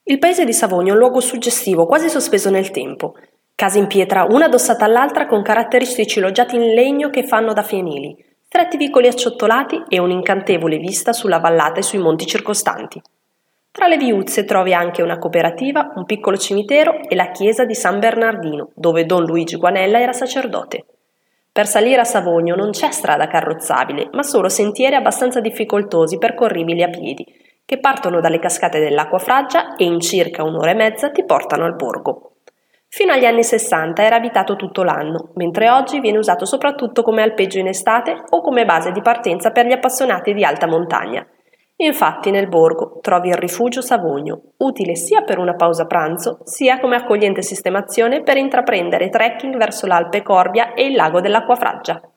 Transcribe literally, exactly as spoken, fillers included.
Il paese di Savogno è un luogo suggestivo, quasi sospeso nel tempo. Case in pietra, una addossata all'altra, con caratteristici loggiati in legno che fanno da fienili, stretti vicoli acciottolati e un'incantevole vista sulla vallata e sui monti circostanti. Tra le viuzze trovi anche una cooperativa, un piccolo cimitero e la chiesa di San Bernardino, dove Don Luigi Guanella era sacerdote. Per salire a Savogno non c'è strada carrozzabile, ma solo sentieri abbastanza difficoltosi percorribili a piedi, che partono dalle cascate dell'Acqua Fraggia e in circa un'ora e mezza ti portano al borgo. Fino agli anni sessanta era abitato tutto l'anno, mentre oggi viene usato soprattutto come alpeggio in estate o come base di partenza per gli appassionati di alta montagna. Infatti nel borgo trovi il rifugio Savogno, utile sia per una pausa pranzo, sia come accogliente sistemazione per intraprendere trekking verso l'Alpe Corbia e il lago dell'Acqua Fraggia.